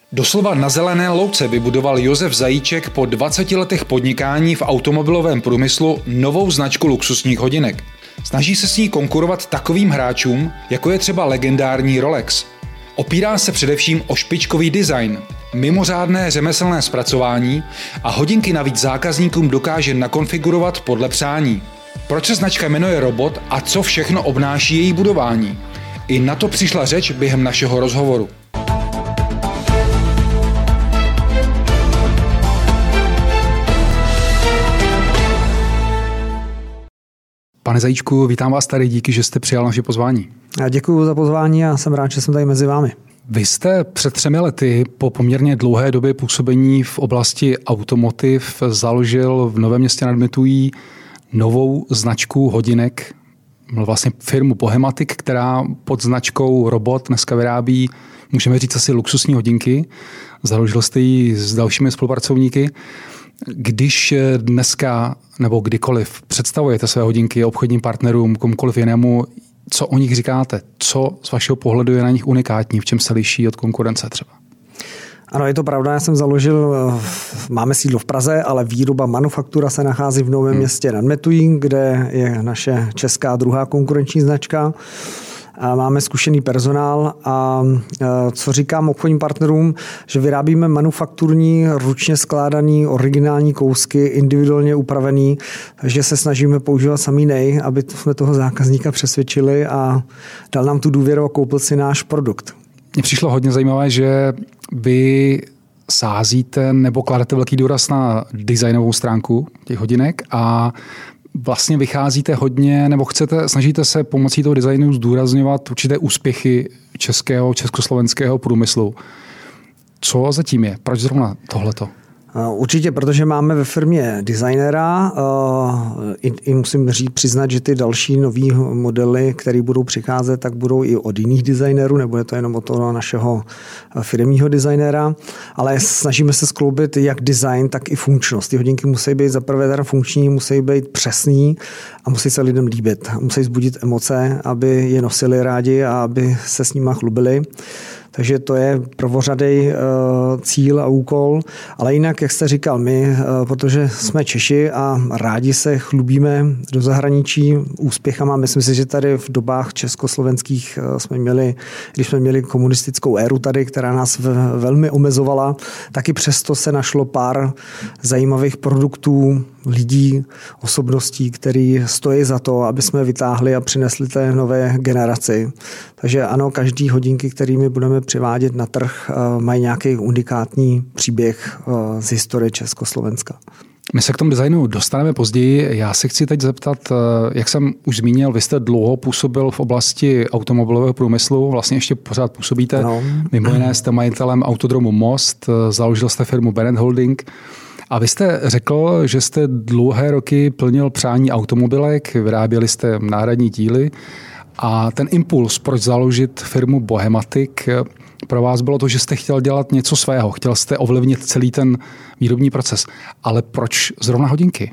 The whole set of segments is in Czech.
Doslova na zelené louce vybudoval Josef Zajíček po 20 letech podnikání v automobilovém průmyslu novou značku luxusních hodinek. Snaží se s ní konkurovat takovým hráčům, jako je třeba legendární Rolex. Opírá se především o špičkový design, mimořádné řemeslné zpracování a hodinky navíc zákazníkům dokáže nakonfigurovat podle přání. Proč se značka jmenuje Robot a co všechno obnáší její budování? I na to přišla řeč během našeho rozhovoru. Pane Zajíčku, vítám vás tady, díky, že jste přijal naše pozvání. Já děkuji za pozvání a jsem rád, že jsem tady mezi vámi. Vy jste před 3 lety po poměrně dlouhé době působení v oblasti automotiv založil v Novém Městě nad Metují novou značku hodinek, vlastně firmu Bohematic, která pod značkou Robot dneska vyrábí, můžeme říct asi luxusní hodinky. Založil jste ji s dalšími spolupracovníky. Když dneska nebo kdykoliv představujete své hodinky obchodním partnerům, komukoliv jinému, co o nich říkáte? Co z vašeho pohledu je na nich unikátní? V čem se liší od konkurence třeba? Ano, je to pravda, já jsem založil, máme sídlo v Praze, ale výroba manufaktura se nachází v Novém Městě nad Metují, kde je naše česká druhá konkurenční značka. A máme zkušený personál a co říkám obchodním partnerům, že vyrábíme manufakturní, ručně skládaný, originální kousky, individuálně upravený, takže se snažíme používat samý nej, aby jsme toho zákazníka přesvědčili a dal nám tu důvěru a koupil si náš produkt. Mně přišlo hodně zajímavé, že vy sázíte nebo kladete velký důraz na designovou stránku těch hodinek a vlastně vycházíte hodně, nebo snažíte se pomocí toho designu zdůrazňovat určité úspěchy československého průmyslu. Co zatím je? Proč zrovna tohleto? Určitě, protože máme ve firmě designera. I musím přiznat, že ty další nový modely, které budou přicházet, tak budou i od jiných designerů, nebude to jenom od toho našeho firemního designera, ale snažíme se skloubit jak design, tak i funkčnost. Ty hodinky musí být zaprvé teda funkční, musí být přesný a musí se lidem líbit. Musí vzbudit emoce, aby je nosili rádi a aby se s nima chlubili. Takže to je prvořadý cíl a úkol. Ale jinak, jak jste říkal, my, protože jsme Češi a rádi se chlubíme do zahraničí úspěchama. Myslím si, že tady v dobách československých když jsme měli komunistickou éru tady, která nás velmi omezovala, taky přesto se našlo pár zajímavých produktů, lidí, osobností, který stojí za to, aby jsme vytáhli a přinesli té nové generaci. Takže ano, každý hodinky, kterými budeme přivádět na trh, mají nějaký unikátní příběh z historie Československa. My se k tomu designu dostaneme později. Já se chci teď zeptat, jak jsem už zmínil, vy jste dlouho působil v oblasti automobilového průmyslu, vlastně ještě pořád působíte. Ano. Mimo jiné jste majitelem Autodromu Most, založil jste firmu Bennett Holding. A vy jste řekl, že jste dlouhé roky plnil přání automobilek, vyráběli jste náhradní díly a ten impuls, proč založit firmu Bohematic, pro vás bylo to, že jste chtěl dělat něco svého, chtěl jste ovlivnit celý ten výrobní proces. Ale proč zrovna hodinky?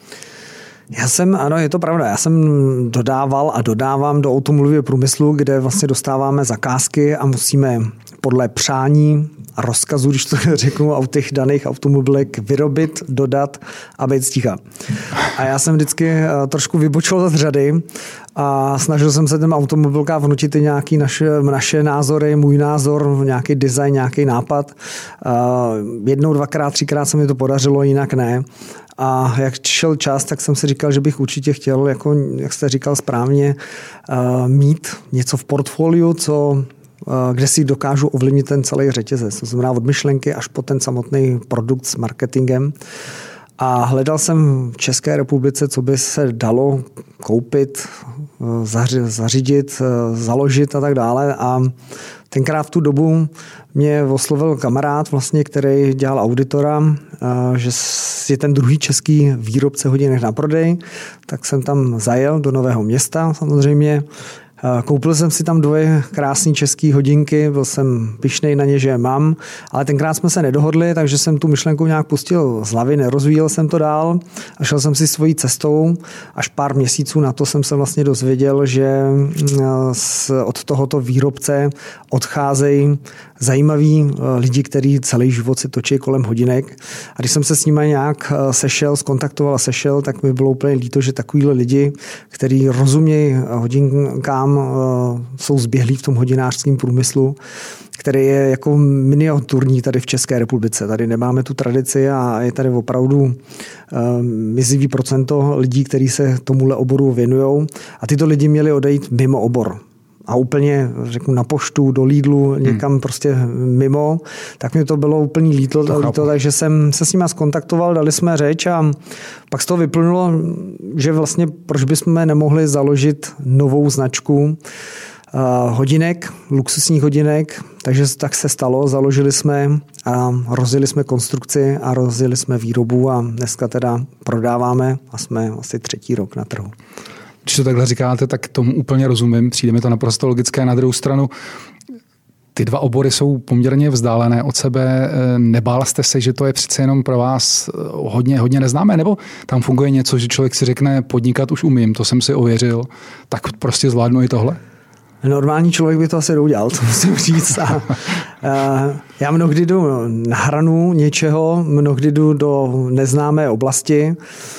Ano, je to pravda. Já jsem dodával a dodávám do automobilového průmyslu, kde vlastně dostáváme zakázky a musíme podle přání a rozkazu, když to řeknu, o těch daných automobilek vyrobit, dodat a být sticha. A já jsem vždycky trošku vybočil z řady a snažil jsem se těm automobilkám vnutit i nějaké naše názory, můj názor, nějaký design, nějaký nápad. Jednou, dvakrát, třikrát se mi to podařilo, jinak ne. A jak šel čas, tak jsem si říkal, že bych určitě chtěl, jako, jak jste říkal správně, mít něco v portfoliu, kde si dokážu ovlivnit ten celý řetězec. To znamená od myšlenky až po ten samotný produkt s marketingem. A hledal jsem v České republice, co by se dalo koupit, zařídit, založit a tak dále. A tenkrát v tu dobu mě oslovil kamarád, vlastně, který dělal auditora, že je ten druhý český výrobce hodinek na prodej. Tak jsem tam zajel do Nového Města samozřejmě Koupil jsem si tam 2 krásné české hodinky, byl jsem pyšnej na ně, že je mám, ale tenkrát jsme se nedohodli, takže jsem tu myšlenku nějak pustil z hlavy, nerozvíjel jsem to dál a šel jsem si svojí cestou. Až pár měsíců na to jsem se vlastně dozvěděl, že od tohoto výrobce odcházejí zajímaví lidi, kteří celý život si točí kolem hodinek. A když jsem se s nimi nějak skontaktoval, tak mi bylo úplně líto, že takovýhle lidi, kteří rozumějí hodinkám, jsou zběhlí v tom hodinářském průmyslu, který je jako miniaturní tady v České republice. Tady nemáme tu tradici a je tady opravdu mizivý procento lidí, kteří se tomuhle oboru věnují. A tyto lidi měli odejít mimo obor. A úplně, řeknu, na poštu, do Lidlu, někam prostě mimo, tak mi to bylo úplně líto, takže jsem se s nimi skontaktoval, dali jsme řeč a pak z toho vyplynulo, že vlastně proč bychom nemohli založit novou značku hodinek, luxusních hodinek, takže tak se stalo, založili jsme a rozjeli jsme konstrukci a rozjeli jsme výrobu a dneska teda prodáváme a jsme asi 3. rok na trhu. Když to takhle říkáte, tak tomu úplně rozumím, přijde mi to naprosto logické. Na druhou stranu, ty 2 obory jsou poměrně vzdálené od sebe. Nebál jste se, že to je přece jenom pro vás hodně neznámé? Nebo tam funguje něco, že člověk si řekne, podnikat už umím, to jsem si ověřil, tak prostě zvládnu i tohle? Normální člověk by to asi neudělal, to musím říct. Já mnohdy jdu na hranu něčeho, mnohdy jdu do neznámé oblasti.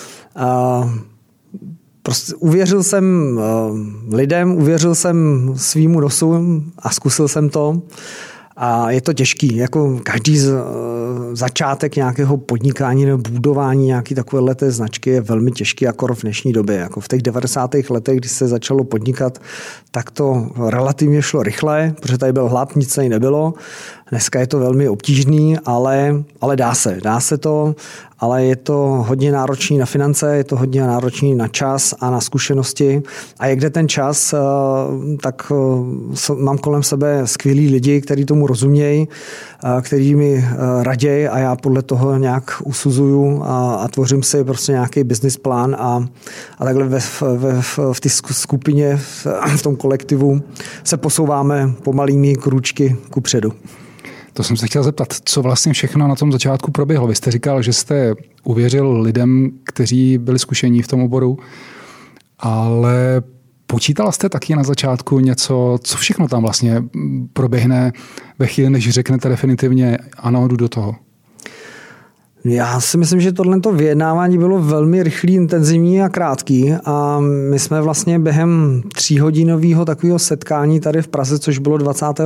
Prostě uvěřil jsem lidem, uvěřil jsem svýmu nosu a zkusil jsem to. A je to těžký, jako každý začátek nějakého podnikání nebo budování nějaké takovéhle značky je velmi těžký, jako v dnešní době. Jako v těch 90. letech, když se začalo podnikat, tak to relativně šlo rychle, protože tady byl hlad, nic tady nebylo. Dneska je to velmi obtížný, ale dá se to, ale je to hodně náročný na finance, je to hodně náročný na čas a na zkušenosti. A jak jde ten čas, tak mám kolem sebe skvělý lidi, kteří tomu rozumějí, kteří mi raději a já podle toho nějak usuzuju a tvořím si prostě nějaký business plán a takhle v té skupině, v tom kolektivu se posouváme pomalými krůčky kupředu. To jsem se chtěl zeptat, co vlastně všechno na tom začátku proběhlo. Vy jste říkal, že jste uvěřil lidem, kteří byli zkušení v tom oboru, ale počítala jste taky na začátku něco, co všechno tam vlastně proběhne ve chvíli, než řeknete definitivně ano, jdu do toho? Já si myslím, že tohleto vyjednávání bylo velmi rychlý, intenzivní a krátký a my jsme vlastně během 3hodinového takového setkání tady v Praze, což bylo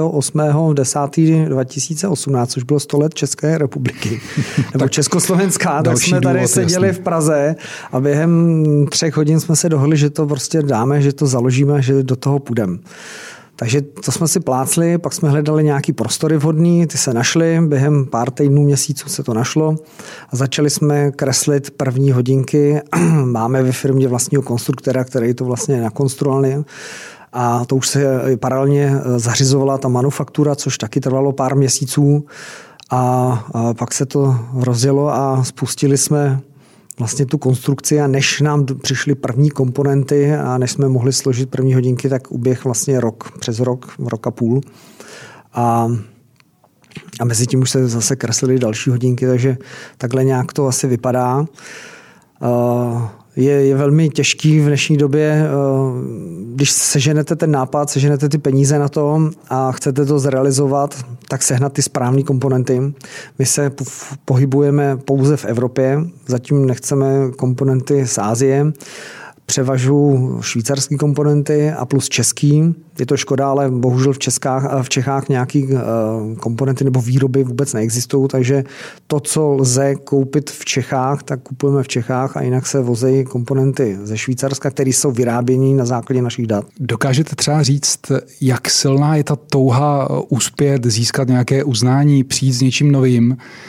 28.10.2018, což bylo 100 let České republiky, nebo Československá, tak jsme tady seděli v Praze a během 3 hodin jsme se dohodli, že to prostě dáme, že to založíme, že do toho půjdeme. Takže to jsme si plácli, pak jsme hledali nějaký prostory vhodný, ty se našly, během pár týdnů, měsíců se to našlo a začali jsme kreslit první hodinky. Máme ve firmě vlastního konstruktora, který to vlastně nakonstruoval a to už se paralelně zařizovala ta manufaktura, což taky trvalo pár měsíců a pak se to rozjelo a spustili jsme vlastně tu konstrukci a než nám přišly první komponenty a než jsme mohli složit první hodinky, tak uběh vlastně přes rok a půl. A mezi tím už se zase kreslily další hodinky, takže takhle nějak to asi vypadá. Je velmi těžký v dnešní době, když seženete ten nápad, seženete ty peníze na to a chcete to zrealizovat, tak sehnat ty správné komponenty. My se pohybujeme pouze v Evropě, zatím nechceme komponenty z Asie. Převažuji švýcarský komponenty a plus český. Je to škoda, ale bohužel v Čechách nějaký komponenty nebo výroby vůbec neexistují, takže to, co lze koupit v Čechách, tak kupujeme v Čechách a jinak se vozejí komponenty ze Švýcarska, které jsou vyráběny na základě našich dat. Dokážete třeba říct, jak silná je ta touha uspět, získat nějaké uznání, přijít s něčím novým?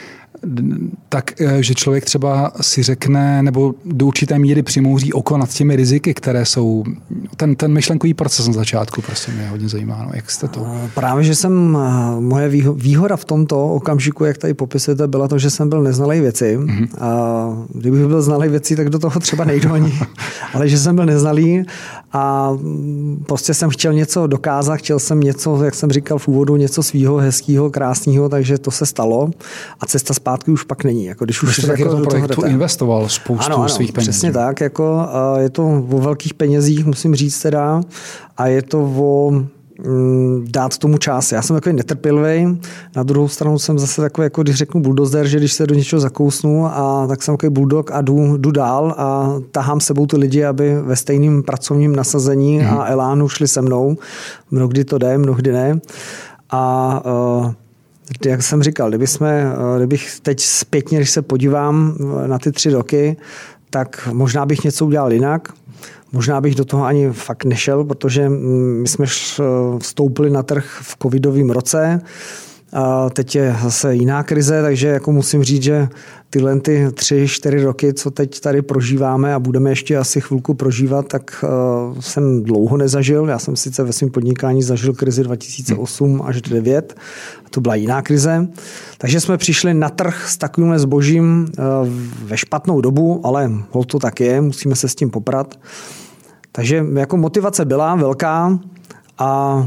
tak, že člověk třeba si řekne, nebo do určité míry přimouří oko nad těmi riziky, které jsou, ten myšlenkový proces na začátku, prostě mě hodně zajímá. No, jak jste to? Právě, že moje výhoda v tomto okamžiku, jak tady popisujete, byla to, že jsem byl neznalej věci. A kdybych byl znalej věci, tak do toho třeba nejdu ani. Ale že jsem byl neznalý a prostě jsem chtěl něco dokázat, chtěl jsem něco, jak jsem říkal v úvodu, něco svýho, hezkýho, krásného, takže to se stalo a cesta zpátky už pak není. Jako, když už jako do toho projektu investoval spoustu svých peněz. Přesně tak. Jako, je to o velkých penězích, musím říct teda, a je to o dát tomu čas. Já jsem takový netrpělivý, na druhou stranu jsem zase takový, jako když řeknu bulldozer, že když se do něčeho zakousnu, a tak jsem takový bulldog a jdu dál a tahám sebou ty lidi, aby ve stejném pracovním nasazení a elánu šli se mnou. Mnohdy to jde, mnohdy ne. A jak jsem říkal, kdybych teď zpětně, když se podívám na ty 3 roky, tak možná bych něco udělal jinak. Možná bych do toho ani fakt nešel, protože my jsme vstoupili na trh v covidovém roce. A teď je zase jiná krize, takže jako musím říct, že tyhle 3-4 roky, co teď tady prožíváme a budeme ještě asi chvilku prožívat, tak jsem dlouho nezažil. Já jsem sice ve svém podnikání zažil krizi 2008 až 2009. To byla jiná krize. Takže jsme přišli na trh s takovýmhle zbožím ve špatnou dobu, ale hol to tak je, musíme se s tím poprat. Takže jako motivace byla velká a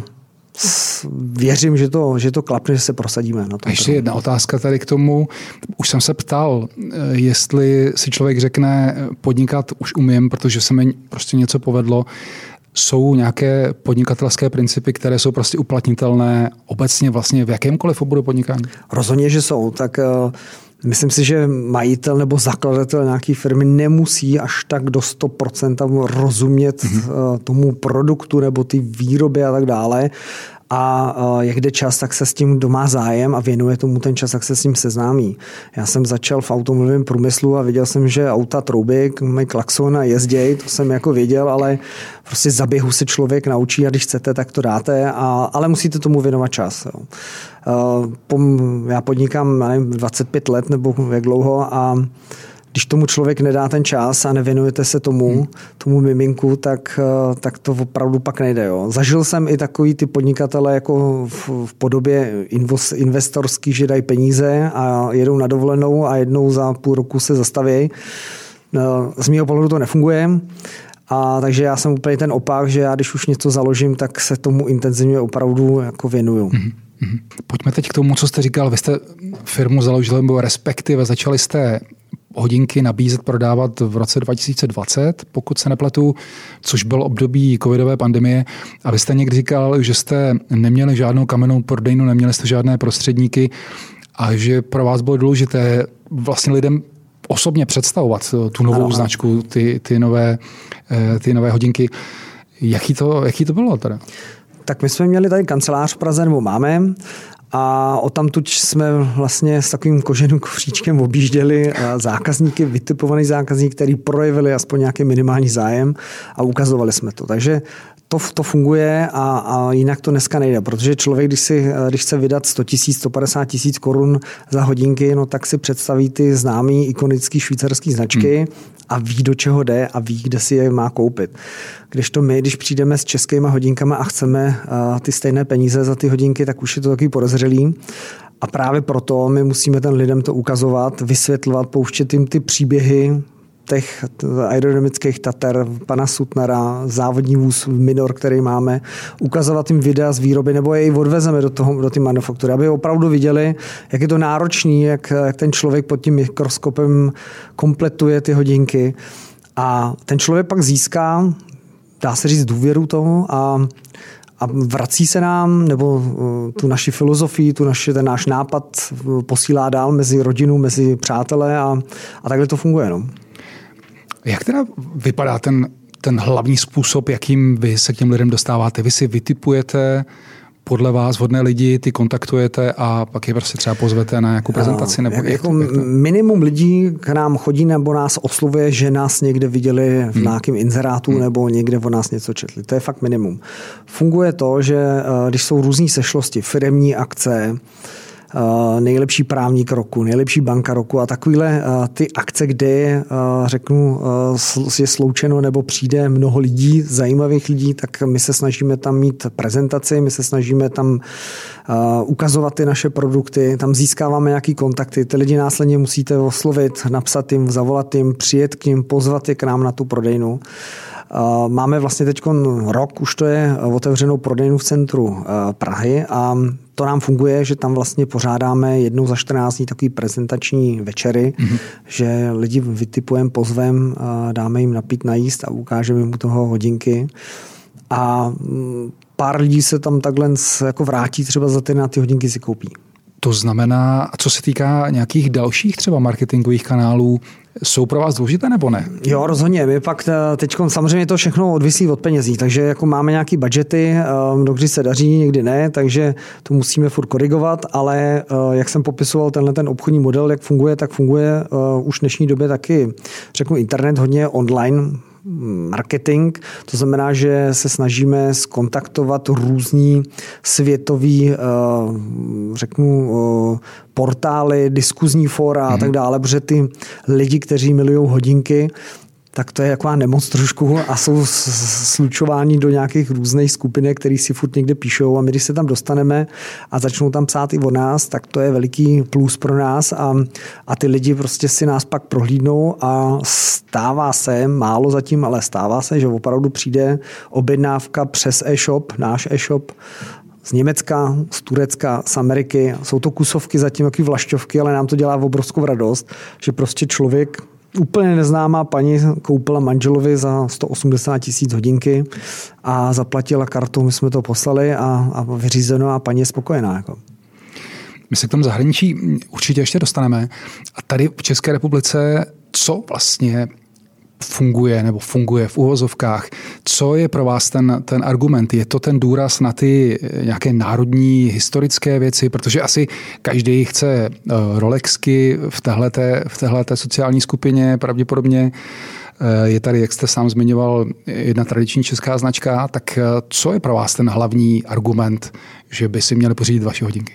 věřím, že to klapne, že se prosadíme. Na tom. Ještě jedna otázka tady k tomu. Už jsem se ptal, jestli si člověk řekne, podnikat už umím, protože se mi prostě něco povedlo. Jsou nějaké podnikatelské principy, které jsou prostě uplatnitelné obecně vlastně v jakémkoliv oboru podnikání? Rozhodně, že jsou. Tak myslím si, že majitel nebo zakladatel nějaké firmy nemusí až tak do 100% rozumět tomu produktu nebo ty výrobě a tak dále. A jak jde čas, tak se s tím, kdo má zájem a věnuje tomu ten čas, tak se s tím seznámí. Já jsem začal v automobilovém průmyslu a viděl jsem, že auta troubí, mají klakson a jezdějí, to jsem jako věděl, ale prostě za běhu se člověk naučí a když chcete, tak to dáte, ale musíte tomu věnovat čas. Jo. Já podnikám, nevím, 25 let nebo jak dlouho a když tomu člověk nedá ten čas a nevěnujete se tomu miminku, tak to opravdu pak nejde. Jo. Zažil jsem i takový ty podnikatele jako v podobě investorský, že dají peníze a jedou na dovolenou a jednou za půl roku se zastaví. Z mého pohledu to nefunguje. Takže já jsem úplně ten opak, že já když už něco založím, tak se tomu intenzivně opravdu jako věnuju. Pojďme teď k tomu, co jste říkal. Vy jste firmu založili, nebo respektive začali jste hodinky nabízet, prodávat v roce 2020, pokud se nepletu, což byl období covidové pandemie. A vy jste někdy říkal, že jste neměli žádnou kamennou prodejnu, neměli jste žádné prostředníky a že pro vás bylo důležité vlastně lidem osobně představovat tu novou značku, ty nové hodinky. Jaký to bylo teda? Tak my jsme měli tady kancelář v Praze, nebo máme, a odtamtud jsme vlastně s takovým koženým kufříčkem objížděli zákazníky, vytipovaný zákazník, který projevili aspoň nějaký minimální zájem a ukazovali jsme to. Takže to funguje a jinak to dneska nejde, protože člověk, když chce vydat 100 000, 150 000 korun za hodinky, no tak si představí ty známý ikonický švýcarský značky a ví, do čeho jde a ví, kde si je má koupit. Když přijdeme s českýma hodinkama a chceme ty stejné peníze za ty hodinky, tak už je to takový podezřelý. A právě proto my musíme ten lidem to ukazovat, vysvětlovat, pouštět jim ty příběhy těch aerodynamických Tater, pana Sutnara, závodní vůz Minor, který máme, ukazovat jim videa z výroby, nebo je i odvezeme do té manufaktury, aby opravdu viděli, jak je to náročný, jak ten člověk pod tím mikroskopem kompletuje ty hodinky. A ten člověk pak získá, dá se říct, důvěru tomu a vrací se nám, nebo tu naši filozofii, ten náš nápad posílá dál mezi rodinu, mezi přátelé a takhle to funguje. No. Jak teda vypadá ten hlavní způsob, jakým vy se k těm lidem dostáváte? Vy si vytipujete podle vás vhodné lidi, ty kontaktujete a pak je prostě třeba pozvete na nějakou prezentaci? Nebo jako minimum lidí k nám chodí nebo nás oslovuje, že nás někde viděli v nějakém inzerátu nebo někde o nás něco četli. To je fakt minimum. Funguje to, že když jsou různý sešlosti, firemní akce, nejlepší právník roku, nejlepší banka roku a takovýhle ty akce, kde řeknu, je sloučeno nebo přijde mnoho lidí, zajímavých lidí, tak my se snažíme tam mít prezentaci, my se snažíme tam ukazovat ty naše produkty, tam získáváme nějaký kontakty, ty lidi následně musíte oslovit, napsat jim, zavolat jim, přijet k nim, pozvat je k nám na tu prodejnu. Máme vlastně teď rok, už to je otevřenou prodejnu v centru Prahy a to nám funguje, že tam vlastně pořádáme jednou za 14 dní takový prezentační večery, že lidi vytipujeme, pozvem, dáme jim napít, najíst a ukážeme mu toho hodinky. A pár lidí se tam takhle jako vrátí třeba za na ty hodinky si koupí. To znamená, co se týká nějakých dalších třeba marketingových kanálů, jsou pro vás důležité nebo ne? Jo, rozhodně. My pak teď samozřejmě to všechno odvisí od penězí, takže jako máme nějaký budžety, mnohdy se daří, někdy ne, takže to musíme furt korigovat, ale jak jsem popisoval ten obchodní model, jak funguje, tak funguje už v dnešní době taky, řeknu, internet, hodně online marketing. To znamená, že se snažíme skontaktovat různý světový, řeknu, portály, diskuzní fóra a tak dále, protože ty lidi, kteří milují hodinky, tak to je taková nemoc trošku a jsou slučováni do nějakých různých skupinek, které si furt někde píšou a my, když se tam dostaneme a začnou tam psát i o nás, tak to je veliký plus pro nás a ty lidi prostě si nás pak prohlídnou a stává se, málo zatím, ale stává se, že opravdu přijde objednávka přes e-shop, náš e-shop, z Německa, z Turecka, z Ameriky. Jsou to kusovky zatím, jaký vlašťovky, ale nám to dělá obrovskou radost, že prostě člověk, úplně neznámá paní koupila manželovi za 180 000 hodinky a zaplatila kartou, my jsme to poslali a vyřízeno a paní je spokojená. Jako. My se k tomu zahraničí určitě ještě dostaneme. A tady v České republice, co vlastně funguje nebo funguje v uvozovkách? Co je pro vás ten argument? Je to ten důraz na ty nějaké národní historické věci? Protože asi každý chce Rolexky v téhleté sociální skupině pravděpodobně. Je tady, jak jste sám zmiňoval, jedna tradiční česká značka. Tak co je pro vás ten hlavní argument, že by si měli pořídit vaše hodinky?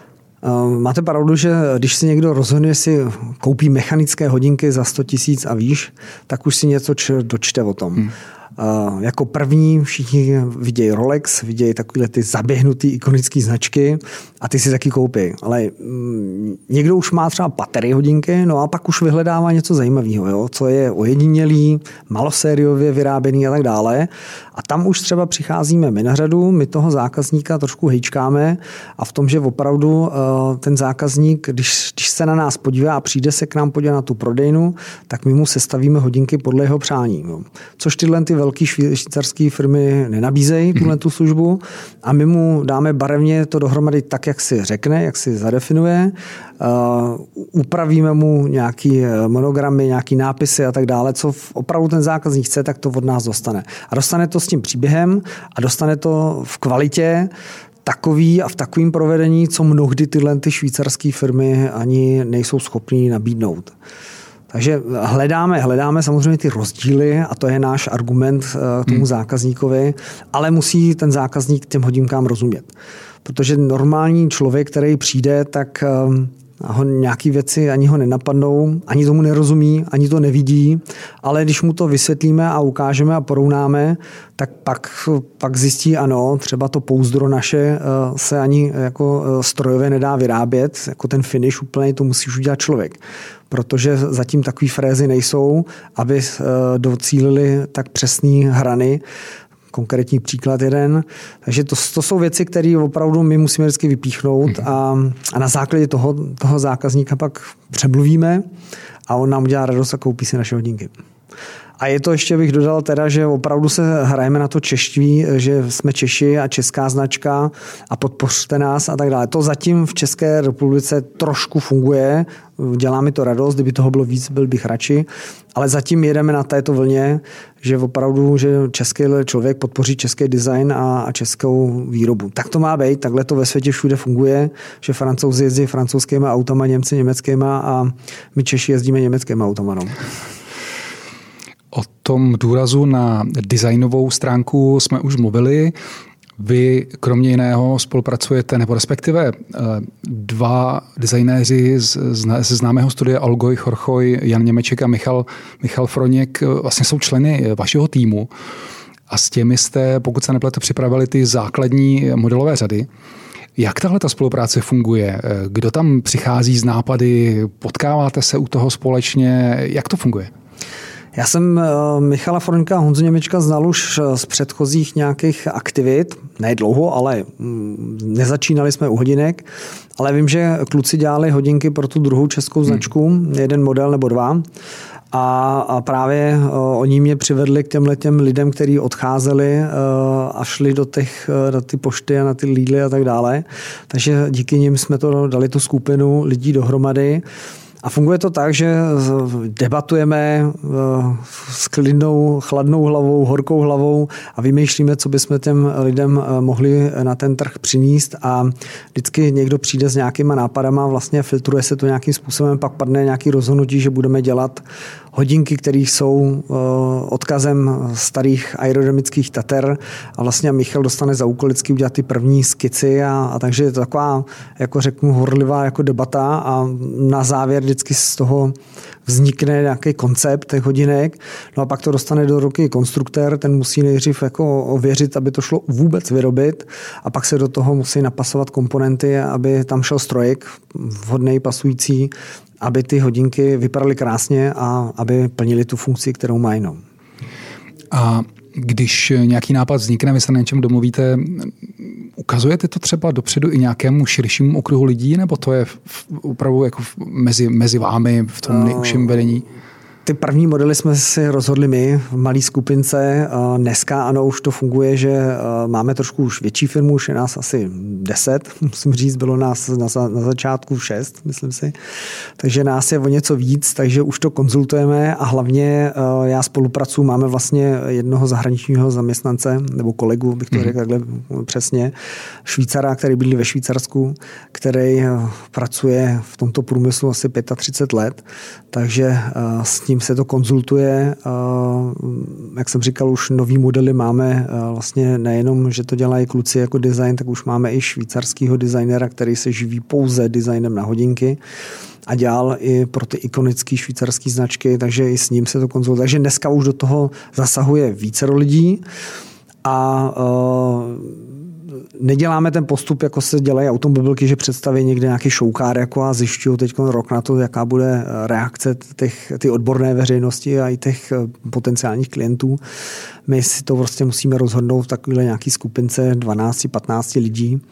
Máte pravdu, že když si někdo rozhodne, si koupí mechanické hodinky za 100 000 a výš, tak už si něco dočte o tom. Jako první všichni vidějí Rolex, vidějí takové ty zaběhnutý ikonické značky a ty si taky koupí. Ale někdo už má třeba baterie hodinky, no a pak už vyhledává něco zajímavého, jo? Co je ojedinělý, malosériově vyráběný a tak dále. A tam už třeba přicházíme my na řadu, my toho zákazníka trošku hejčkáme a v tom, že opravdu ten zákazník, když se na nás podívá a přijde se k nám podívat na tu prodejnu, tak my mu sestavíme hodinky podle jeho přání. Jo? Což tyhle ty velké švýcarské firmy nenabízejí, tu službu a my mu dáme barevně to dohromady tak, jak si řekne, jak si zadefinuje, upravíme mu nějaký monogramy, nějaký nápisy a tak dále, co opravdu ten zákazník chce, tak to od nás dostane. A dostane to s tím příběhem a dostane to v kvalitě takový a v takovém provedení, co mnohdy tyhle ty švýcarské firmy ani nejsou schopní nabídnout. Takže hledáme samozřejmě ty rozdíly a to je náš argument k tomu zákazníkovi, ale musí ten zákazník těm hodinkám rozumět. Protože normální člověk, který přijde, tak ho nějaké věci ani ho nenapadnou, ani tomu nerozumí, ani to nevidí, ale když mu to vysvětlíme a ukážeme a porovnáme, tak pak zjistí, ano, třeba to pouzdro naše se ani jako strojově nedá vyrábět, jako ten finish úplně to musí už udělat člověk. Protože zatím takový frézy nejsou, aby docílili tak přesný hrany. Konkrétní příklad jeden. Takže to jsou věci, které opravdu my musíme vždycky vypíchnout a na základě toho zákazníka pak přemluvíme a on nám udělá radost a koupí si naše hodinky. A je to ještě, bych dodal teda, že opravdu se hrajeme na to češství, že jsme Češi a česká značka a podpořte nás a tak dále. To zatím v České republice trošku funguje, dělá mi to radost, kdyby toho bylo víc, byl bych radši, ale zatím jedeme na této vlně, že opravdu, že český člověk podpoří český design a českou výrobu. Tak to má být, takhle to ve světě všude funguje, že Francouzi jezdí francouzskýma autama, Němci německýma a my Češi jezdíme německýma autama. No. O tom důrazu na designovou stránku jsme už mluvili. Vy kromě jiného spolupracujete, nebo respektive dva designéři ze známého studia Allgäu Chorchoj, Jan Němeček a Michal Froněk, vlastně jsou členy vašeho týmu a s těmi jste, pokud se nepletu, připravili ty základní modelové řady. Jak tahle ta spolupráce funguje? Kdo tam přichází z nápady? Potkáváte se u toho společně? Jak to funguje? Já jsem Michala Froňka a Honzu Němečka znal už z předchozích nějakých aktivit. Ne dlouho, ale nezačínali jsme u hodinek. Ale vím, že kluci dělali hodinky pro tu druhou českou značku, jeden model nebo dva. A právě oni mě přivedli k těm lidem, kteří odcházeli a šli na ty pošty a na ty Lidly a tak dále. Takže díky nim jsme to dali tu skupinu lidí dohromady. A funguje to tak, že debatujeme s klidnou, chladnou hlavou, horkou hlavou a vymýšlíme, co bychom těm lidem mohli na ten trh přinést a vždycky někdo přijde s nějakýma nápadama, vlastně filtruje se to nějakým způsobem, pak padne nějaký rozhodnutí, že budeme dělat hodinky, které jsou odkazem starých aerodynamických tater a vlastně Michal dostane za úkol vždycky udělat ty první skici a takže je to taková, jako řeknu, horlivá jako debata a na závěr vždycky z toho vznikne nějaký koncept těch hodinek, no a pak to dostane do ruky konstruktér, ten musí nejdřív jako ověřit, aby to šlo vůbec vyrobit a pak se do toho musí napasovat komponenty, aby tam šel strojek vhodný, pasující, aby ty hodinky vypadaly krásně a aby plnily tu funkci, kterou mají. No. A když nějaký nápad vznikne, vy se na něčem domluvíte, ukazujete to třeba dopředu i nějakému širšímu okruhu lidí, nebo to je opravdu jako mezi vámi v tom nejužším vedení? Ty první modely jsme si rozhodli my v malé skupince. Dneska ano, už to funguje, že máme trošku už větší firmu, už je nás asi 10, musím říct, bylo nás na začátku 6, myslím si. Takže nás je o něco víc, takže už to konzultujeme a hlavně já spolupracuji, máme vlastně jednoho zahraničního zaměstnance, nebo kolegu, bych to řekl takhle přesně, Švýcara, který bydlí ve Švýcarsku, který pracuje v tomto průmyslu asi 35 let, takže s ním se to konzultuje. Jak jsem říkal, už nový modely máme vlastně nejenom, že to dělají kluci jako design, tak už máme i švýcarského designera, který se živí pouze designem na hodinky a dělal i pro ty ikonické švýcarské značky, takže i s ním se to konzultuje. Takže dneska už do toho zasahuje vícero lidí a neděláme ten postup, jako se dělají automobilky, že představí někde nějaký showcar jako a zjišťují teď rok na to, jaká bude reakce ty odborné veřejnosti a i těch potenciálních klientů. My si to prostě musíme rozhodnout v takové nějaké skupince 12-15 lidí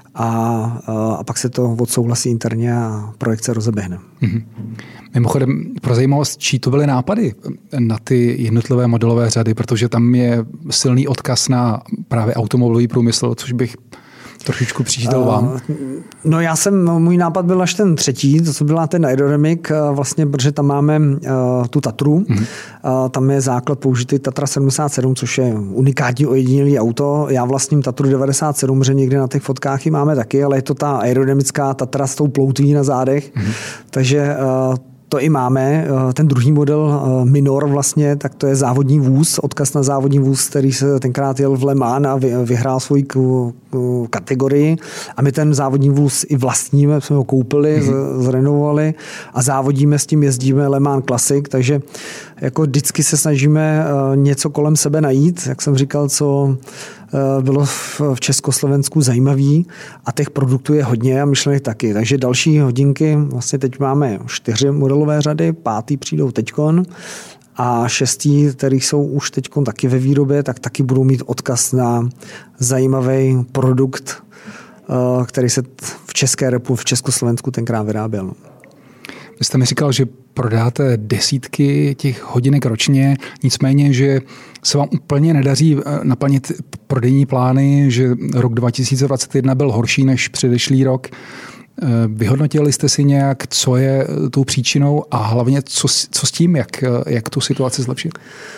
a pak se to odsouhlasí interně a projekt se rozeběhne. Mm-hmm. Mimochodem, pro zajímavost, čí to byly nápady na ty jednotlivé modelové řady, protože tam je silný odkaz na právě automobilový průmysl, což bych trošičku přičítal vám. No můj nápad byl až ten třetí, to byla ten Aerodynamic, vlastně, protože tam máme tu Tatru, tam je základ použitý Tatra 77, což je unikátní ojedinělý auto. Já vlastním Tatru 97, protože někde na těch fotkách ji máme taky, ale je to ta aerodynamická Tatra s tou ploutví na zádech, takže to i máme. Ten druhý model Minor vlastně, tak to je závodní vůz, odkaz na závodní vůz, který se tenkrát jel v Le Mans a vyhrál svoji kategorii. A my ten závodní vůz i vlastníme, jsme ho koupili, zrenovovali a závodíme s tím, jezdíme Le Mans Classic, takže jako vždycky se snažíme něco kolem sebe najít, jak jsem říkal, co bylo v Československu zajímavý a těch produktů je hodně a myšlenek taky. Takže další hodinky, vlastně teď máme 4 modelové řady, 5. přijdou teďkon a 6, které jsou už teďkon taky ve výrobě, tak taky budou mít odkaz na zajímavý produkt, který se v České republice, v Československu tenkrát vyráběl. Vy jste mi říkal, že prodáte desítky těch hodinek ročně, nicméně, že se vám úplně nedaří naplnit prodejní plány, že rok 2021 byl horší než předešlý rok. Vyhodnotili jste si nějak, co je tou příčinou a hlavně co s tím, jak tu situaci zlepšit?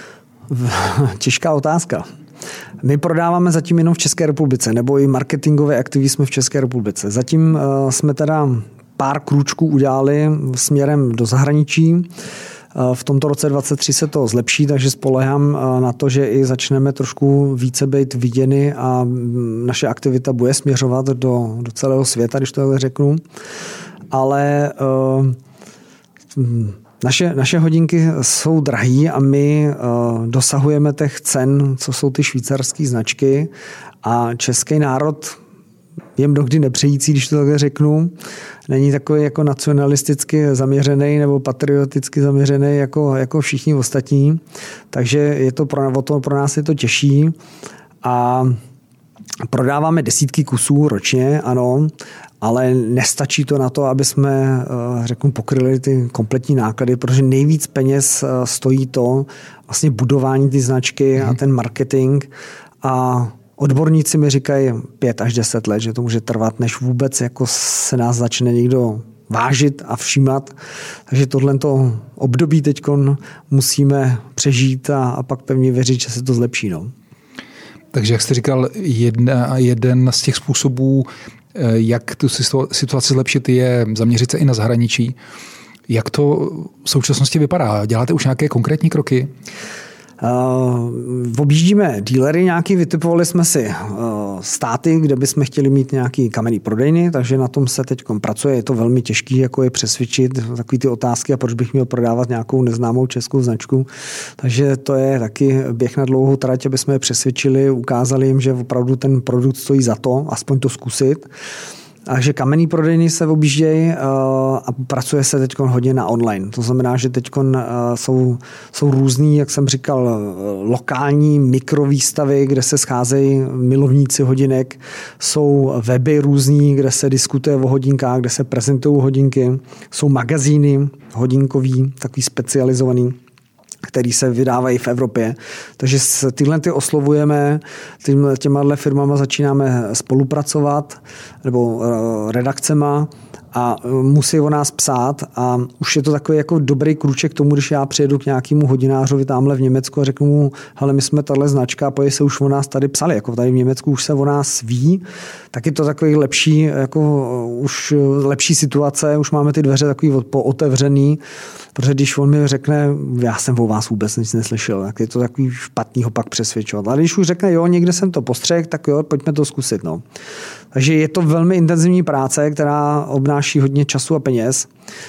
Těžká otázka. My prodáváme zatím jenom v České republice, nebo i marketingové aktivy jsme v České republice. Zatím jsme teda pár krůčků udělali směrem do zahraničí. V tomto roce 2023 se to zlepší, takže spolehám na to, že i začneme trošku více být viděny a naše aktivita bude směřovat do celého světa, když to takhle řeknu. Ale naše hodinky jsou drahý a my dosahujeme těch cen, co jsou ty švýcarské značky, a český národ je mnohdy nepřející, když to takhle řeknu. Není takový jako nacionalisticky zaměřený nebo patrioticky zaměřený jako všichni ostatní. Takže je to pro nás je to těžší. A prodáváme desítky kusů ročně, ano, ale nestačí to na to, aby jsme, pokryli ty kompletní náklady, protože nejvíc peněz stojí to vlastně budování ty značky a ten marketing. A odborníci mi říkají 5 až 10 let, že to může trvat, než vůbec jako se nás začne někdo vážit a všímat. Takže tohleto období teď musíme přežít a pak pevně věřit, že se to zlepší. No. Takže jak jste říkal, jeden z těch způsobů, jak tu situaci zlepšit, je zaměřit se i na zahraničí. Jak to v současnosti vypadá? Děláte už nějaké konkrétní kroky? Objíždíme dílery nějaký, vytipovali jsme si státy, kde bychom chtěli mít nějaký kamenný prodejny, takže na tom se teď pracuje. Je to velmi těžké, jako je přesvědčit takový ty otázky, a proč bych měl prodávat nějakou neznámou českou značku. Takže to je taky běh na dlouhou trať, aby jsme je přesvědčili, ukázali jim, že opravdu ten produkt stojí za to, aspoň to zkusit. Takže kamenný prodejny se objíždějí a pracuje se teď hodně na online. To znamená, že teď jsou různý, jak jsem říkal, lokální mikrovýstavy, kde se scházejí milovníci hodinek. Jsou weby různý, kde se diskutuje o hodinkách, kde se prezentují hodinky. Jsou magazíny hodinkový, takový specializovaný, který se vydávají v Evropě. Takže tyhle oslovujeme, těma firmama začínáme spolupracovat, nebo redakcema, a musí o nás psát, a už je to takový jako dobrý krůček k tomu, když já přijedu k nějakému hodinářovi tamhle v Německu a řeknu mu, hele, my jsme tahle značka, a pojď se už o nás tady psali, jako tady v Německu už se o nás ví, tak je to takový lepší, jako už lepší situace, už máme ty dveře takový pootevřený, protože když on mi řekne, já jsem o vás vůbec nic neslyšel, tak je to takový špatný ho pak přesvědčovat. Ale když už řekne, jo, někde jsem to postřehl, tak jo, pojďme to zkusit. No. Takže je to velmi intenzivní práce, která obnáší hodně času a peněz,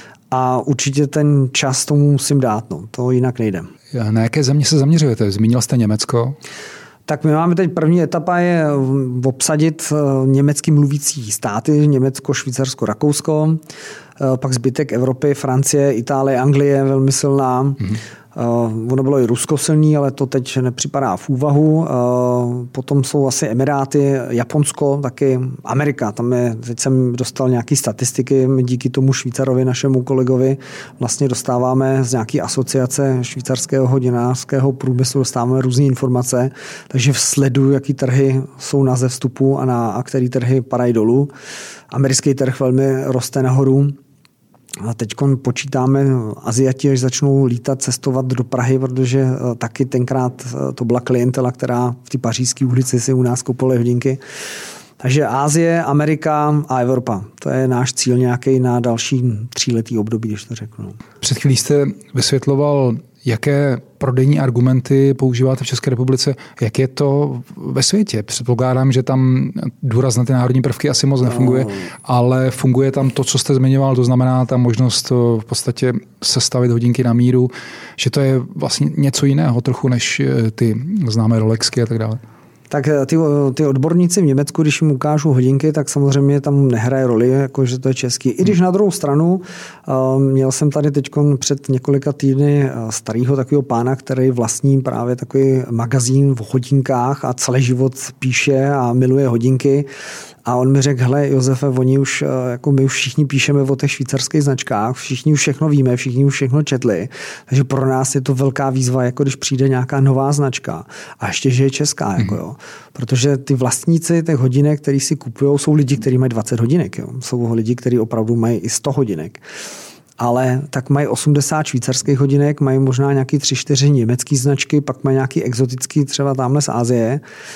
a určitě ten čas tomu musím dát. No. To jinak nejde. Na jaké země se zaměřujete? Zmínil jste Německo. Tak my máme teď první etapa je obsadit německy mluvící státy, Německo, Švýcarsko, Rakousko, pak zbytek Evropy, Francie, Itálie, Anglie, velmi silná. Mm-hmm. Ono bylo i Rusko silný, ale to teď nepřipadá v úvahu. Potom jsou asi Emiráty, Japonsko, taky Amerika. Tam teď jsem dostal nějaké statistiky, díky tomu Švýcarovi, našemu kolegovi, vlastně dostáváme z nějaké asociace švýcarského hodinářského průmyslu, dostáváme různé informace, takže sleduju, jaký trhy jsou na vzestupu a který trhy padají dolů. Americký trh velmi roste nahoru. A teď počítáme Aziati, až začnou lítat, cestovat do Prahy, protože taky tenkrát to byla klientela, která v té Pařížské ulici si u nás kupovala hodinky. Takže Asie, Amerika a Evropa. To je náš cíl nějaký na další 3letý období, když to řeknu. Před chvílí jste vysvětloval, jaké prodejní argumenty používáte v České republice. Jak je to ve světě? Předpokládám, že tam důraz na ty národní prvky asi moc nefunguje, ale funguje tam to, co jste zmiňoval, to znamená ta možnost v podstatě sestavit hodinky na míru, že to je vlastně něco jiného trochu než ty známé Rolexky a tak dále. Tak ty odborníci v Německu, když jim ukážu hodinky, tak samozřejmě tam nehraje roli, jako že to je český. I když na druhou stranu, měl jsem tady teď před několika týdny starého takového pána, který vlastní právě takový magazín v hodinkách a celý život píše a miluje hodinky. A on mi řekl, hele Josefe, my už všichni píšeme o těch švýcarských značkách, všichni už všechno víme, všichni už všechno četli, takže pro nás je to velká výzva, jako když přijde nějaká nová značka a ještě, že je česká. Jako jo. Protože ty vlastníci těch hodinek, který si kupují, jsou lidi, kteří mají 20 hodinek. Jo. Jsou lidi, kteří opravdu mají i 100 hodinek. Ale tak mají 80 švýcarských hodinek, mají možná nějaký 3-4 německý značky, pak mají nějaký exotický třeba tamhle z Asie.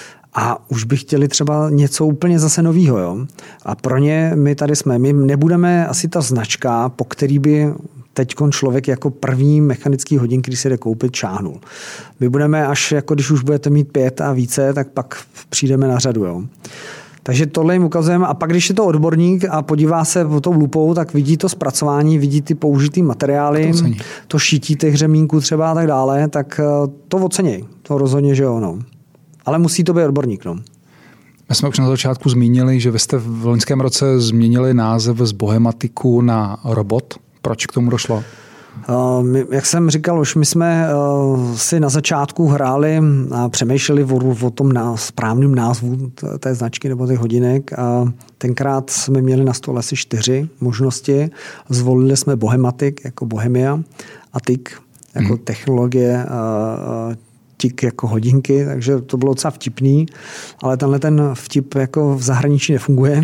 A už by chtěli třeba něco úplně zase novýho. Jo? A pro ně my tady jsme. My nebudeme asi ta značka, po který by teďkon člověk jako první mechanický hodinky, když se jde koupit, šáhnul. My budeme až, jako když už budete mít 5 a více, tak pak přijdeme na řadu. Jo. Takže tohle jim ukazujeme a pak, když je to odborník a podívá se po tou lupou, tak vidí to zpracování, vidí ty použitý materiály, to šití těch řemínků třeba a tak dále, tak to oceněj. To rozhodně, že jo. No. Ale musí to být odborník. No. My jsme už na začátku zmínili, že vy jste v loňském roce změnili název z Bohematiku na Robot. Proč k tomu došlo? Jak jsem říkal, už my jsme si na začátku hráli a přemýšleli o tom správném názvu té značky nebo těch hodinek. A tenkrát jsme měli na stole asi 4 možnosti. Zvolili jsme Bohematik jako Bohemia a TIK jako technologie, TIK jako hodinky, takže to bylo docela vtipný, ale tenhle ten vtip jako v zahraničí nefunguje.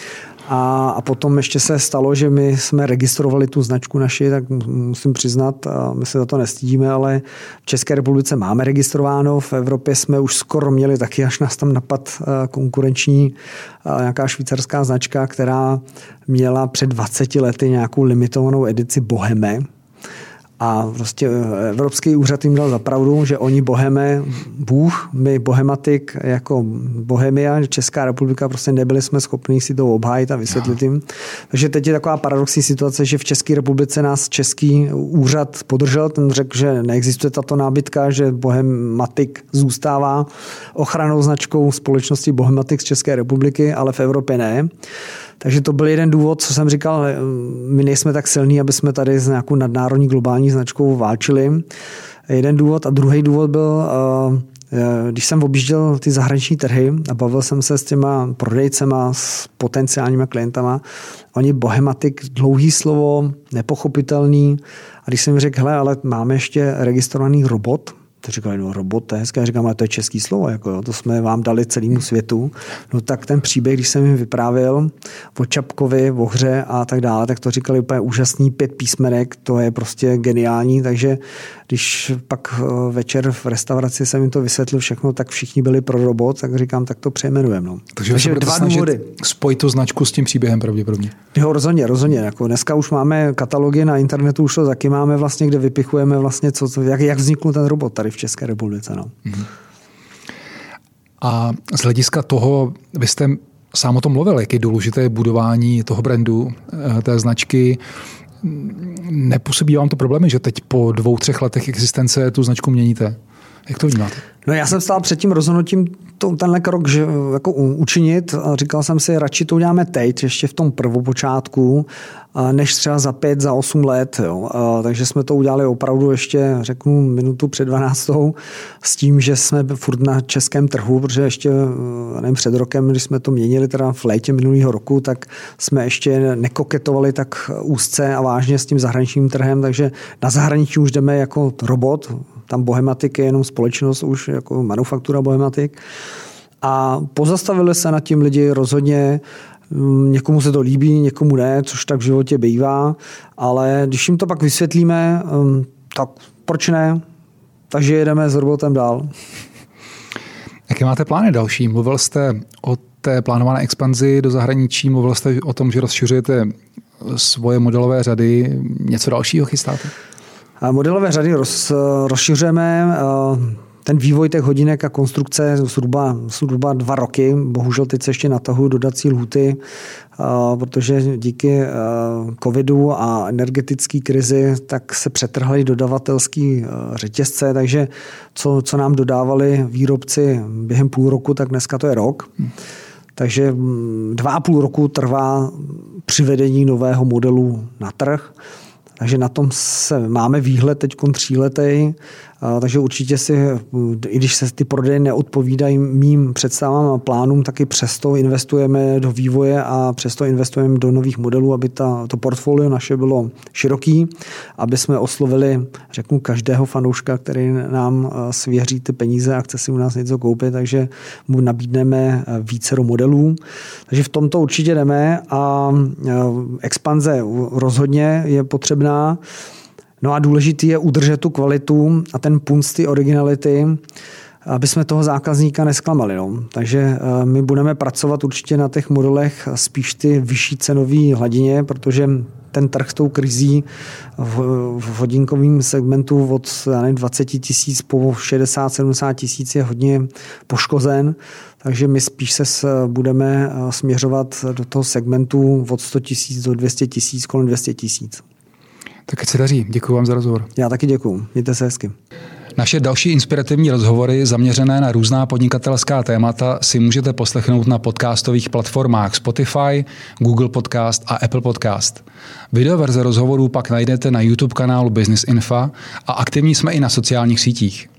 A potom ještě se stalo, že my jsme registrovali tu značku naši, tak musím přiznat, my se za to nestydíme, ale v České republice máme registrováno, v Evropě jsme už skoro měli taky, až nás tam napad konkurenční nějaká švýcarská značka, která měla před 20 lety nějakou limitovanou edici Boheme. A prostě Evropský úřad jim dal za pravdu, že oni Boheme, Bůh, my Bohematik jako Bohemia, Česká republika, prostě nebyli jsme schopni si to obhájit a vysvětlit jim. Takže teď je taková paradoxní situace, že v České republice nás Český úřad podržel, ten řekl, že neexistuje tato nábytka, že Bohematik zůstává ochrannou značkou společnosti Bohematik z České republiky, ale v Evropě ne. Takže to byl jeden důvod, co jsem říkal, my nejsme tak silní, aby jsme tady s nějakou nadnárodní globální značkou válčili. Jeden důvod a druhý důvod byl, když jsem objížděl ty zahraniční trhy a bavil jsem se s těma prodejcema, s potenciálníma klientama, oni Bohematik, dlouhý slovo, nepochopitelný. A když jsem řekl, hele, ale máme ještě registrovaný Robot, to říkali, no Robot, to je hezké. Já říkám, ale to je český slovo, jako jo, to jsme vám dali celému světu. No tak ten příběh, když jsem jim vyprávěl o Čapkovi, o hře a tak dále, tak to říkali úplně úžasný 5 písmenek, to je prostě geniální, takže když pak večer v restauraci jsem jim to vysvětlil všechno, tak všichni byli pro Robot, tak říkám, tak to přejmenujeme. No. Takže 2 důvody. Spojit tu značku s tím příběhem pravděpodobně. Jo, rozhodně. Jako dneska už máme katalogy na internetu, už to taky máme vlastně, kde vypichujeme vlastně, jak vznikl ten Robot tady v České republice. No. A z hlediska toho, vy jste sám o tom mluvil, jak je důležité budování toho brandu, té značky. Nepůsobí vám to problémy, že teď po 2-3 letech existence tu značku měníte? Jak to vnímáte? No já jsem stál před tím rozhodnutím tenhle krok že, jako učinit a říkal jsem si, radši to uděláme teď, ještě v tom prvopočátku, než třeba za 5, za 8 let. Jo. Takže jsme to udělali opravdu ještě, řeknu, minutu před 12. s tím, že jsme furt na českém trhu, protože ještě nevím, před rokem, když jsme to měnili teda v létě minulého roku, tak jsme ještě nekoketovali tak úzce a vážně s tím zahraničním trhem, takže na zahraničí už jdeme jako Robot. Tam Bohematik je jenom společnost už jako manufaktura Bohematik. A pozastavili se nad tím lidi rozhodně. Někomu se to líbí, někomu ne, což tak v životě bývá. Ale když jim to pak vysvětlíme, tak proč ne? Takže jedeme s Robotem dál. Jaké máte plány další? Mluvil jste o té plánované expanzi do zahraničí, mluvil jste o tom, že rozšiřujete svoje modelové řady. Něco dalšího chystáte? Modelové řady rozšiřujeme. Ten vývoj těch hodinek a konstrukce zhruba 2 roky. Bohužel teď se ještě natahují dodací lhůty, protože díky covidu a energetické krizi tak se přetrhaly dodavatelský řetězce, takže co nám dodávali výrobci během půl roku, tak dneska to je rok. Takže 2,5 roku trvá přivedení nového modelu na trh. Takže na tom máme výhled teď 3letý, takže určitě si, i když se ty prodeje neodpovídají mým představám a plánům, taky přesto investujeme do vývoje a přesto investujeme do nových modelů, aby to portfolio naše bylo široký, aby jsme oslovili, řeknu, každého fanouška, který nám svěří ty peníze a chce si u nás něco koupit, takže mu nabídneme vícero modelů. Takže v tomto určitě jdeme a expanze rozhodně je potřebná. No a důležitý je udržet tu kvalitu a ten punc, ty originality, aby jsme toho zákazníka nesklamali. No. Takže my budeme pracovat určitě na těch modelech spíš ty vyšší cenové hladině, protože ten trh tou krizí v hodinkovém segmentu od 20 tisíc po 60-70 tisíc je hodně poškozen, takže my spíš se budeme směřovat do toho segmentu od 100 tisíc do 200 tisíc, kolem 200 tisíc. Tak ať se daří. Děkuji vám za rozhovor. Já taky děkuji. Mějte se hezky. Naše další inspirativní rozhovory zaměřené na různá podnikatelská témata si můžete poslechnout na podcastových platformách Spotify, Google Podcast a Apple Podcast. Videoverze rozhovorů pak najdete na YouTube kanálu Business Info a aktivní jsme i na sociálních sítích.